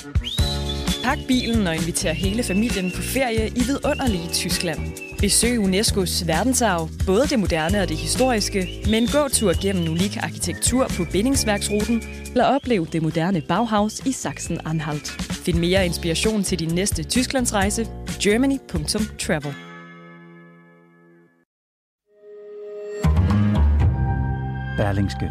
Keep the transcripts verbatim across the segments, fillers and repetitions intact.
Pak bilen og inviter hele familien på ferie i vidunderlige Tyskland. Besøg UNESCO's verdensarv, både det moderne og det historiske, med en gåtur gennem unik arkitektur på bindingsværksruten, eller oplev det moderne Bauhaus i Sachsen-Anhalt. Find mere inspiration til din næste Tysklandsrejse på germany punktum travel. Berlingske.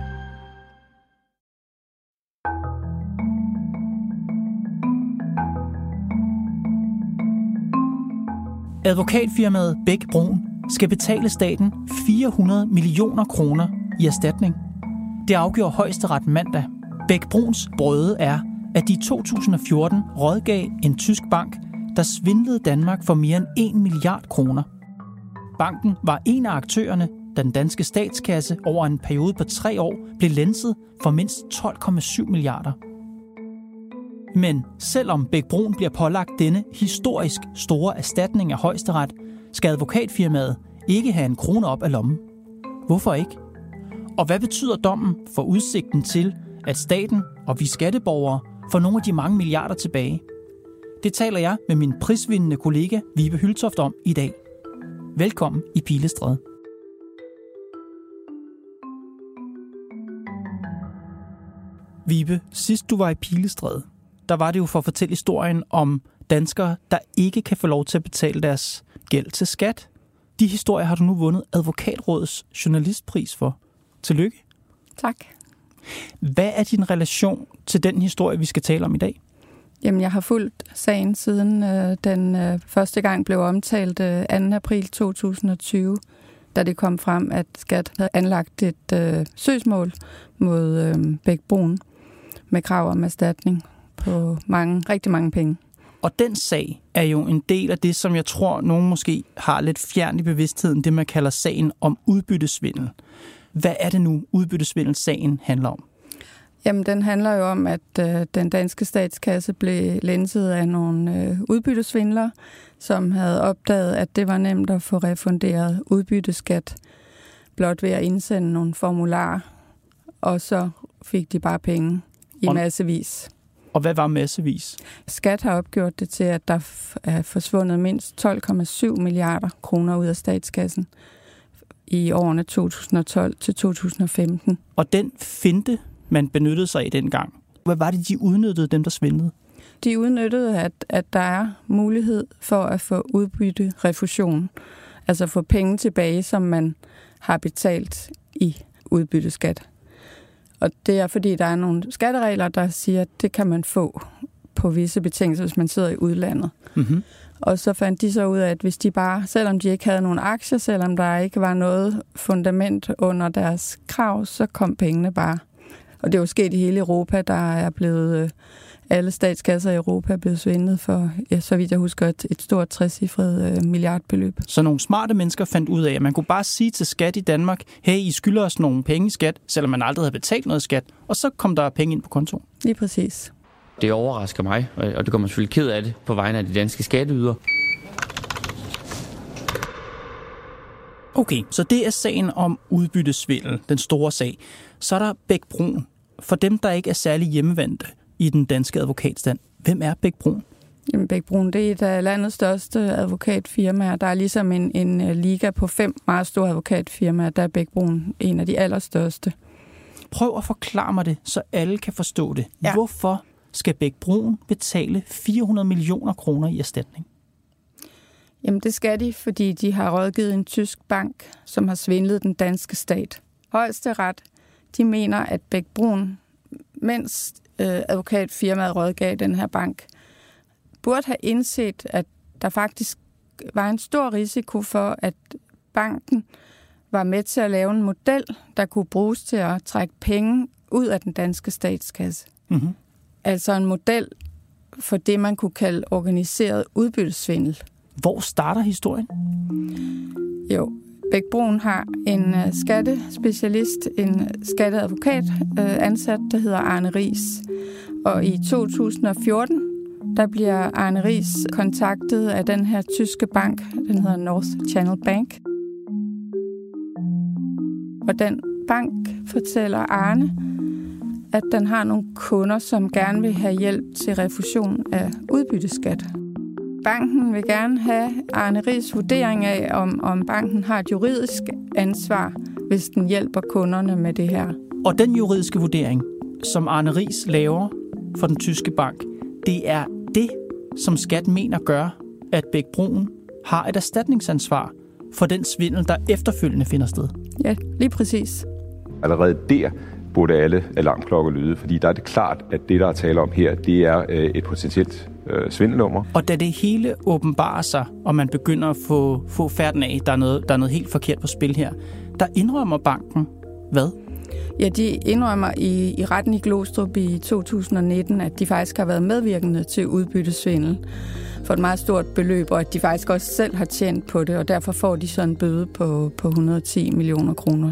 Advokatfirmaet Bech-Bruun skal betale staten fire hundrede millioner kroner i erstatning. Det afgjorde Højesteret mandag. Bech-Bruuns brøde er, at de i to tusind og fjorten rådgav en tysk bank, der svindlede Danmark for mere end en milliard kroner. Banken var en af aktørerne, da den danske statskasse over en periode på tre år blev lænset for mindst tolv komma syv milliarder. Men selvom Bech-Bruun bliver pålagt denne historisk store erstatning af Højesteret, skal advokatfirmaet ikke have en krone op af lommen. Hvorfor ikke? Og hvad betyder dommen for udsigten til, at staten og vi skatteborgere får nogle af de mange milliarder tilbage? Det taler jeg med min prisvindende kollega Vibe Hyltoft om i dag. Velkommen i Pilestræde. Vibe, sidst du var i Pilestræde, der var det jo for at fortælle historien om danskere, der ikke kan få lov til at betale deres gæld til skat. De historier har du nu vundet Advokatrådets journalistpris for. Tillykke. Tak. Hvad er din relation til den historie, vi skal tale om i dag? Jamen, jeg har fulgt sagen siden øh, den øh, første gang blev omtalt øh, anden april to tusind og tyve, da det kom frem, at Skat havde anlagt et øh, søgsmål mod øh, Bech-Bruun med krav om erstatning på mange, rigtig mange penge. Og den sag er jo en del af det, som jeg tror, nogen måske har lidt fjern i bevidstheden, det man kalder sagen om udbyttesvindel. Hvad er det nu, udbyttesvindel-sagen handler om? Jamen, den handler jo om, at øh, den danske statskasse blev lænset af nogle øh, udbyttesvindlere, som havde opdaget, at det var nemt at få refunderet udbytteskat blot ved at indsende nogle formularer, og så fik de bare penge i massevis. Og hvad var massevis? Skat har opgjort det til, at der er forsvundet mindst tolv komma syv milliarder kroner ud af statskassen i årene to tusind og tolv til to tusind og femten. Og den finte, man benyttede sig i dengang, hvad var det, de udnyttede, dem der svindlede? De udnyttede, at, at der er mulighed for at få udbytte refusion, altså få penge tilbage, som man har betalt i udbytteskat. Og det er, fordi der er nogle skatteregler, der siger, at det kan man få på visse betingelser, hvis man sidder i udlandet. Mm-hmm. Og så fandt de så ud af, at hvis de bare, selvom de ikke havde nogen aktier, selvom der ikke var noget fundament under deres krav, så kom pengene bare. Og det er jo sket i hele Europa, der er blevet, alle statskasser i Europa er blevet svindlet for, ja, så vidt jeg husker, et, et stort trecifret milliardbeløb. Så nogle smarte mennesker fandt ud af, at man kunne bare sige til skat i Danmark, hey, I skylder os nogle penge i skat, selvom man aldrig havde betalt noget skat, og så kom der penge ind på kontoen. Lige præcis. Det overrasker mig, og det gør mig selvfølgelig ked af det på vegne af de danske skatteydere. Okay, så det er sagen om udbyttesvindel, den store sag. Så er der Bech-Bruun. For dem, der ikke er særlig hjemmevandte i den danske advokatstand, hvem er Bech-Bruun? Jamen, Bech-Bruun, det er et af landets største advokatfirmaer. Der er ligesom en, en liga på fem meget store advokatfirmaer, der er Bech-Bruun en af de allerstørste. Prøv at forklare mig det, så alle kan forstå det. Ja. Hvorfor skal Bech-Bruun betale fire hundrede millioner kroner i erstatning? Jamen, det skal de, fordi de har rådgivet en tysk bank, som har svindlet den danske stat. Højesteret, de mener, at Bech-Bruun, mens øh, advokatfirmaet rådgav den her bank, burde have indset, at der faktisk var en stor risiko for, at banken var med til at lave en model, der kunne bruges til at trække penge ud af den danske statskasse. Mm-hmm. Altså en model for det, man kunne kalde organiseret udbyttesvindel. Hvor starter historien? Jo, Bech-Bruun har en skattespecialist, en skatteadvokat ansat, der hedder Arne Riis. Og i to tusind og fjorten, der bliver Arne Riis kontaktet af den her tyske bank, den hedder North Channel Bank. Og den bank fortæller Arne, at den har nogle kunder, som gerne vil have hjælp til refusion af udbytteskat. Banken vil gerne have Arne Riis vurdering af, om, om banken har et juridisk ansvar, hvis den hjælper kunderne med det her. Og den juridiske vurdering, som Arne Riis laver for den tyske bank, det er det, som Skat mener gør, at Bech-Bruun har et erstatningsansvar for den svindel, der efterfølgende finder sted. Ja, lige præcis. Allerede der burde alle alarmklokker lyde, fordi der er det klart, at det, der er tale om her, det er et potentielt øh, svindelnummer. Og da det hele åbenbarer sig, og man begynder at få, få færden af, der er, noget, der er noget helt forkert på spil her, der indrømmer banken hvad? Ja, de indrømmer i, i retten i Glostrup i to tusind nitten, at de faktisk har været medvirkende til udbyttesvindel for et meget stort beløb, og at de faktisk også selv har tjent på det, og derfor får de så en bøde på, på et hundrede og ti millioner kroner.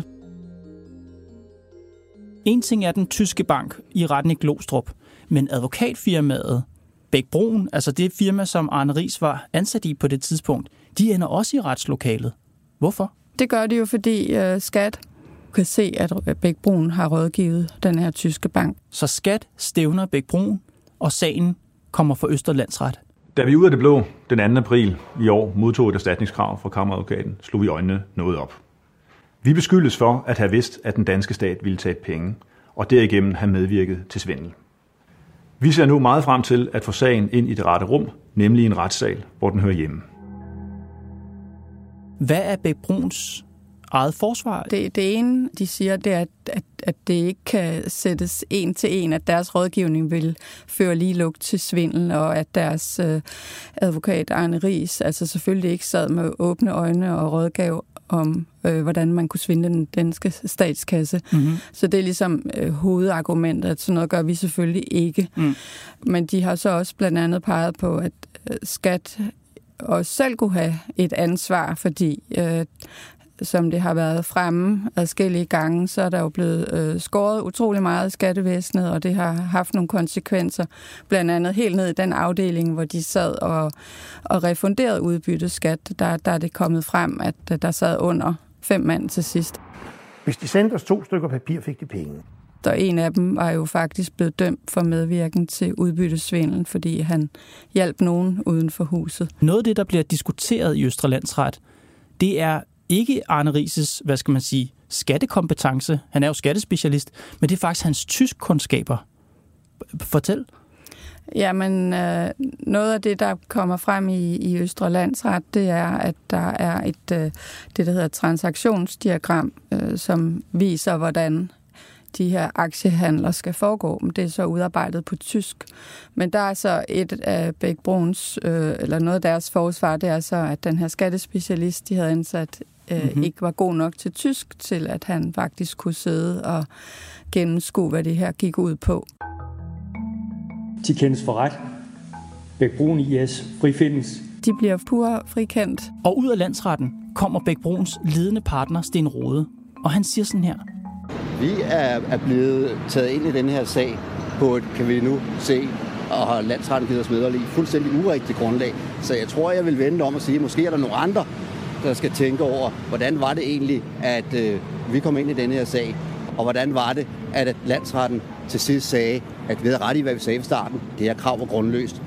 En ting er den tyske bank i retten i Glostrup, men advokatfirmaet Bech-Bruun, altså det firma, som Arne Riis var ansat i på det tidspunkt, de ender også i retslokalet. Hvorfor? Det gør de jo, fordi uh, Skat kan se, at Bech-Bruun har rådgivet den her tyske bank. Så Skat stævner Bech-Bruun, og sagen kommer for Østre Landsret. Da vi ud af det blå den anden april i år modtog et erstatningskrav fra kammeradvokaten, slog vi øjnene noget op. Vi beskyldes for at have vidst, at den danske stat ville tage penge, og derigennem have medvirket til svindel. Vi ser nu meget frem til at få sagen ind i det rette rum, nemlig en retssal, hvor den hører hjemme. Hvad er Bech-Bruuns eget forsvar? Det, det ene, de siger, det er, at, at, at det ikke kan sættes en til en, at deres rådgivning vil føre lige lugt til svindel, og at deres øh, advokat Arne Riis altså selvfølgelig ikke sad med åbne øjne og rådgav om, øh, hvordan man kunne svindle den danske statskasse. Mm-hmm. Så det er ligesom øh, hovedargumentet, at sådan noget gør vi selvfølgelig ikke. Mm. Men de har så også blandt andet peget på, at øh, Skat også selv kunne have et ansvar, fordi øh, som det har været fremme adskillige gange, så er der jo blevet øh, skåret utrolig meget i skattevæsenet, og det har haft nogle konsekvenser. Blandt andet helt ned i den afdeling, hvor de sad og, og refunderede udbytteskat, der, der er det kommet frem, at der sad under fem mand til sidst. Hvis de sendte os to stykker papir, fik de penge. Og en af dem var jo faktisk blevet dømt for medvirken til udbyttesvindel, fordi han hjalp nogen uden for huset. Noget af det, der bliver diskuteret i Østre Landsret, det er ikke Arne Riis' hvad skal man sige, skattekompetence. Han er jo skattespecialist, men det er faktisk hans tyskkundskaber. Fortæl. Jamen, øh, noget af det, der kommer frem i, i Østre Landsret, det er, at der er et, øh, det, der hedder transaktionsdiagram, øh, som viser, hvordan de her aktiehandler skal foregå. Det er så udarbejdet på tysk. Men der er så et af Bech-Bruuns, øh, eller noget af deres forsvar, det er så, at den her skattespecialist, de havde ansat, øh, mm-hmm. ikke var god nok til tysk, til at han faktisk kunne sidde og gennemskue, hvad det her gik ud på. De kendes for ret. Bech-Bruun I S frifindes. De bliver pure frikendt. Og ud af landsretten kommer Bech-Bruuns ledende partner, Sten Rode. Og han siger sådan her. Vi er, er blevet taget ind i den her sag på et, kan vi nu se, og har landsretten givet os vederlag fuldstændig urigtigt grundlag. Så jeg tror, jeg vil vende om og sige, at måske er der nogle andre, der skal tænke over, hvordan var det egentlig, at øh, vi kom ind i den her sag, og hvordan var det, at landsretten til sidst sagde, at vi havde ret i, hvad vi sagde i starten. Det her krav var grundløst.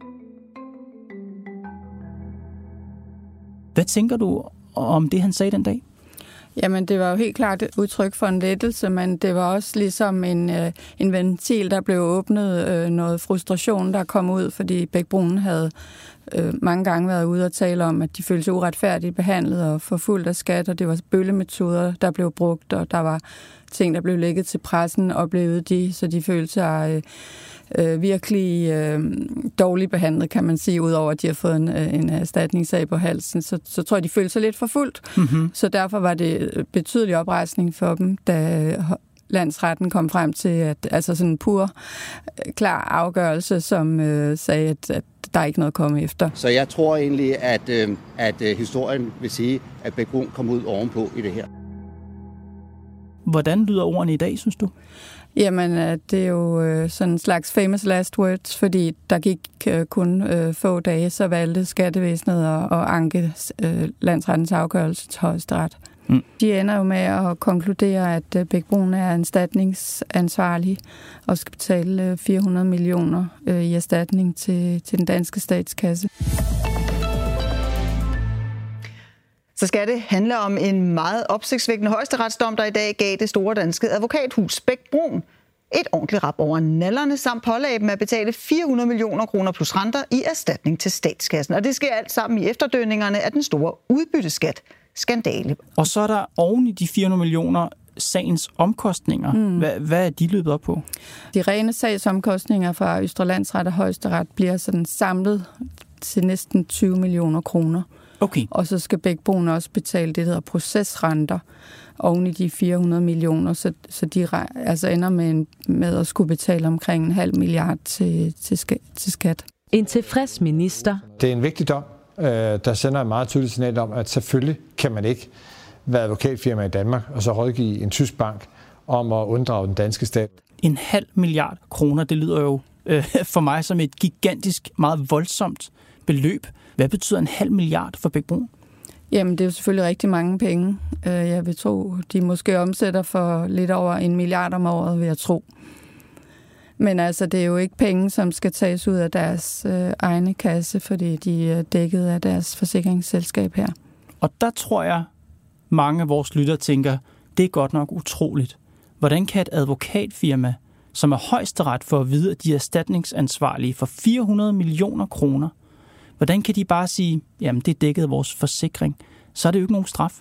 Hvad tænker du om det, han sagde den dag? Jamen, det var jo helt klart et udtryk for en lettelse, men det var også ligesom en, øh, en ventil, der blev åbnet, øh, noget frustration, der kom ud, fordi Bech-Bruun havde øh, mange gange været ude og tale om, at de følte sig uretfærdigt behandlet og forfulgt af skat, og det var bøllemetoder, der blev brugt, og der var ting, der blev lægget til pressen, oplevede de, så de følte sig øh, øh, virkelig øh, dårligt behandlet, kan man sige, udover at de har fået en, en erstatningssag på halsen. Så, så tror jeg, de følte sig lidt forfulgt. Mm-hmm. Så derfor var det betydelig oprejsning for dem, da landsretten kom frem til, at altså sådan en pur, klar afgørelse, som øh, sagde, at, at der er ikke noget at komme efter. Så jeg tror egentlig, at, øh, at øh, historien vil sige, at Bech-Bruun kom ud ovenpå i det her. Hvordan lyder ordene i dag, synes du? Jamen, det er jo sådan en slags famous last words, fordi der gik kun få dage, så valgte skattevæsenet at anke landsrettens afgørelse til Højesteret. Mm. De ender jo med at konkludere, at Bech Bruun er erstatningsansvarlig og skal betale fire hundrede millioner i erstatning til, til den danske statskasse. Så skal det handle om en meget opsigtsvækkende højesteretsdom, der i dag gav det store danske advokathus Bech Bruun et ordentligt rap over nallerne, samt pålagde dem at betale fire hundrede millioner kroner plus renter i erstatning til statskassen. Og det sker alt sammen i efterdønningerne af den store udbytteskat-skandale. Og så er der oven i de fire hundrede millioner sagens omkostninger. Mm. Hvad, hvad er de løbet op på? De rene sagsomkostninger fra Østre Landsret og Højesteret bliver sådan samlet til næsten tyve millioner kroner. Okay. Og så skal Bech Bruun også betale det, der hedder procesrenter oven i de fire hundrede millioner, så, så de altså ender med, en, med at skulle betale omkring en halv milliard til, til, skat, til skat. En tilfreds minister. Det er en vigtig dom, der sender et meget tydeligt signal om, at selvfølgelig kan man ikke være advokatfirma i Danmark og så rådgive en tysk bank om at unddrage den danske stat. En halv milliard kroner, det lyder jo øh, for mig som et gigantisk, meget voldsomt beløb. Hvad betyder en halv milliard for Bech Bruun? Jamen, det er jo selvfølgelig rigtig mange penge. Jeg vil tro, de måske omsætter for lidt over en milliard om året, vil jeg tro. Men altså, det er jo ikke penge, som skal tages ud af deres øh, egne kasse, fordi de er dækket af deres forsikringsselskab her. Og der tror jeg, mange af vores lyttere tænker, det er godt nok utroligt. Hvordan kan et advokatfirma, som er højesteret for at vide, at de er erstatningsansvarlige for fire hundrede millioner kroner, hvordan kan de bare sige, jamen det er dækket af vores forsikring, så er det jo ikke nogen straf?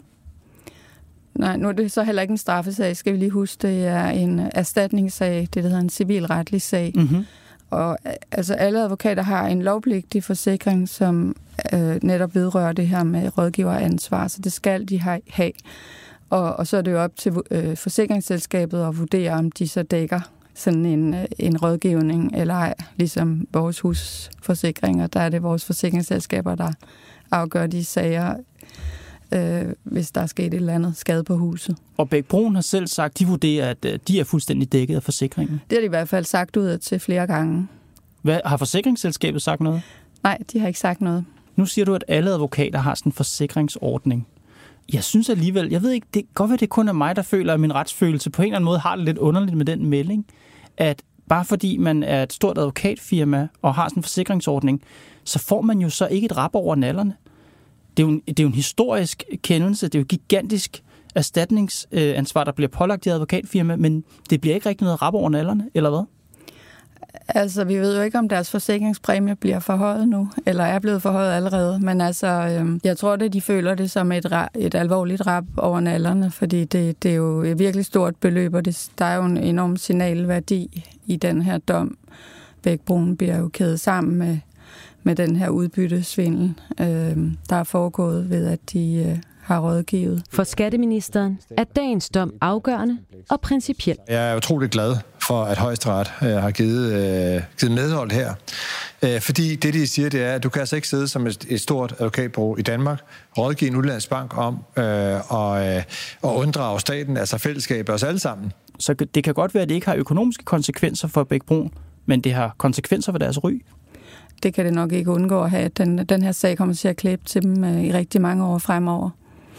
Nej, nu er det så heller ikke en straffesag, skal vi lige huske. Det er en erstatningssag, det der hedder en civilretlig sag. Mm-hmm. Og altså alle advokater har en lovpligtig forsikring, som øh, netop vedrører det her med rådgiveransvar, så det skal de have. Og, og så er det jo op til øh, forsikringsselskabet at vurdere, om de så dækker sådan en, en rådgivning, eller ej, ligesom vores husforsikringer. Der er det vores forsikringsselskaber, der afgør de sager, øh, hvis der er sket et eller andet skade på huset. Og Bech Bruun har selv sagt, at de vurderer, at de er fuldstændig dækket af forsikringen. Det har de i hvert fald sagt ud til flere gange. Hvad, har forsikringsselskabet sagt noget? Nej, de har ikke sagt noget. Nu siger du, at alle advokater har sådan en forsikringsordning. Jeg synes alligevel, jeg ved ikke, det kan godt være, det kun er mig, der føler, at min retsfølelse på en eller anden måde har det lidt underligt med den melding, at bare fordi man er et stort advokatfirma og har sådan en forsikringsordning, så får man jo så ikke et rap over nallerne. Det er jo en, det er jo en historisk kendelse, det er jo et gigantisk erstatningsansvar, der bliver pålagt i advokatfirma, men det bliver ikke rigtig noget rap over nallerne, eller hvad? Altså, vi ved jo ikke, om deres forsikringspræmie bliver forhøjet nu, eller er blevet forhøjet allerede. Men altså, øh, jeg tror, at de føler det som et, et alvorligt rap over nallerne, fordi det, det er jo et virkelig stort beløb, og det, der er jo en enorm signalværdi i den her dom. Bech Bruun bliver jo kædet sammen med, med den her udbyttesvindel, øh, der er foregået ved, at de øh, har rådgivet. For skatteministeren er dagens dom afgørende og principiel. Jeg er utrolig glad for, at Højesteret øh, har givet, øh, givet medhold her. Øh, fordi det, de siger, det er, at du kan altså ikke sidde som et, et stort advokatbureau i Danmark, rådgive en udlandsk bank om øh, og, øh, og unddrage staten, altså fællesskabet os alle sammen. Så det kan godt være, at det ikke har økonomiske konsekvenser for Bech Bruun, men det har konsekvenser for deres ry. Det kan det nok ikke undgå at have. Den, den her sag kommer til at klæbe til dem øh, i rigtig mange år fremover.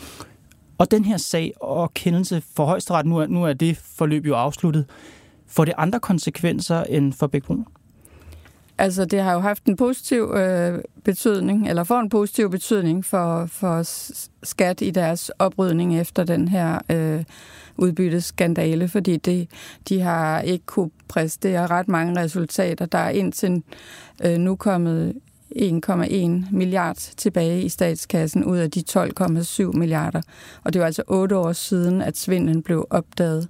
Og den her sag og kendelse for Højesteret, nu er, nu er det forløb jo afsluttet. Får det andre konsekvenser end for Bech Bruun? Altså, det har jo haft en positiv øh, betydning, eller får en positiv betydning for, for skat i deres oprydning efter den her øh, udbytteskandale, fordi det, de har ikke kunne præstere ret mange resultater. Der er indtil øh, nu kommet en komma en milliard tilbage i statskassen ud af de tolv komma syv milliarder. Og det var altså otte år siden, at svindlen blev opdaget.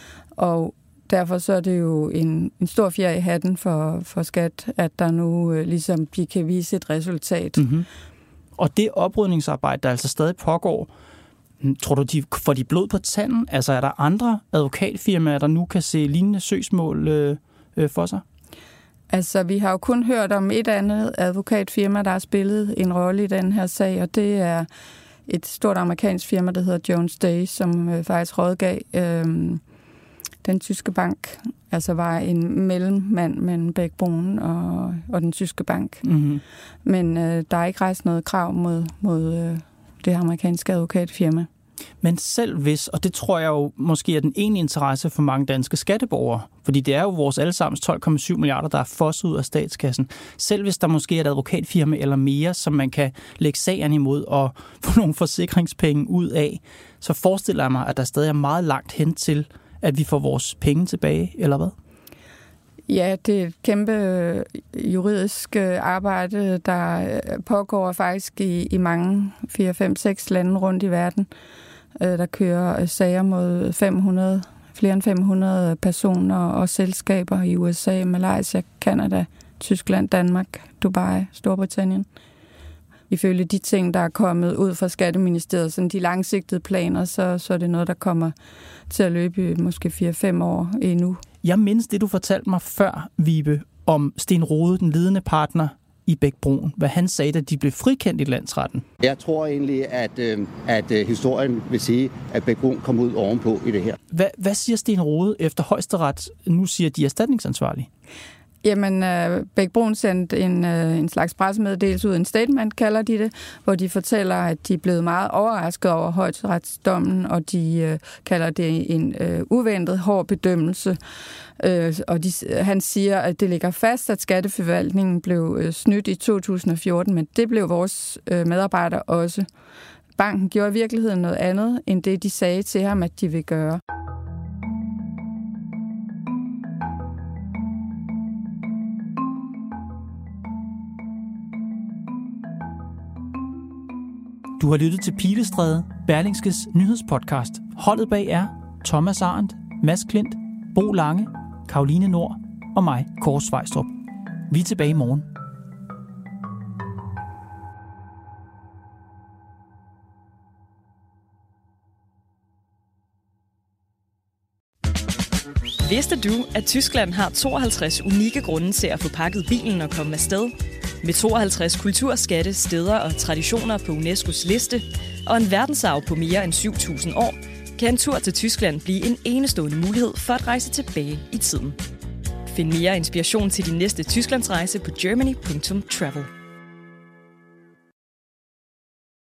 Og derfor så er det jo en, en stor fjer i hatten for, for skat, at der nu øh, ligesom de kan vise et resultat. Mm-hmm. Og det oprydningsarbejde, der altså stadig pågår, tror du, de får de blod på tanden? Altså er der andre advokatfirmaer, der nu kan se lignende søgsmål øh, øh, for sig? Altså, vi har jo kun hørt om et andet advokatfirma, der har spillet en rolle i den her sag, og det er et stort amerikansk firma, der hedder Jones Day, som øh, faktisk rådgav øh, den tyske bank, altså var en mellemmand mellem Bech Bruun og, og den tyske bank. Mm-hmm. Men øh, der er ikke rejst noget krav mod, mod øh, det amerikanske advokatfirma. Men selv hvis, og det tror jeg jo måske er den ene interesse for mange danske skatteborgere, fordi det er jo vores allesammens tolv komma syv milliarder, der er fosset ud af statskassen. Selv hvis der måske er et advokatfirma eller mere, som man kan lægge sagen imod og få nogle forsikringspenge ud af, så forestiller jeg mig, at der stadig er meget langt hen til, at vi får vores penge tilbage, eller hvad? Ja, det er et kæmpe juridisk arbejde, der pågår faktisk i, i mange, fire, fem, seks lande rundt i verden. Der kører sager mod fem hundrede, flere end fem hundrede personer og selskaber i U S A, Malaysia, Canada, Tyskland, Danmark, Dubai, Storbritannien. Ifølge de ting, der er kommet ud fra Skatteministeriet, sådan de langsigtede planer, så, så er det noget, der kommer til at løbe i måske fire fem år endnu. Jeg mindes det, du fortalte mig før, Vibe, om Sten Rode, den ledende partner i Bech-Bruun, hvad han sagde, da de blev frikendt i landsretten. Jeg tror egentlig, at, øh, at øh, historien vil sige, at Bech-Bruun kom ud ovenpå i det her. Hvad, hvad siger Sten Rode efter Højesteret? Nu siger de erstatningsansvarlige. Jamen, uh, Bech-Bruun sendte en, uh, en slags pressemeddelelse ud, en statement kalder de det, hvor de fortæller, at de er blevet meget overrasket over højesteretsdommen, og de uh, kalder det en uh, uventet hård bedømmelse. Uh, og de, han siger, at det ligger fast, at skatteforvaltningen blev uh, snydt i to tusind og fjorten, men det blev vores uh, medarbejdere også. Banken gjorde i virkeligheden noget andet, end det de sagde til ham, at de vil gøre. Du har lyttet til Pilestræde, Berlingskes nyhedspodcast. Holdet bag er Thomas Arendt, Mads Klint, Bo Lange, Karoline Nord og mig, Kåre Svejstrup. Vi er tilbage i morgen. Vidste du, at Tyskland har tooghalvtreds unikke grunde til at få pakket bilen og komme afsted? Med tooghalvtreds kulturskatte, steder og traditioner på UNESCO's liste og en verdensarv på mere end syv tusind år, kan en tur til Tyskland blive en enestående mulighed for at rejse tilbage i tiden. Find mere inspiration til din næste Tysklandsrejse på germany punktum travel.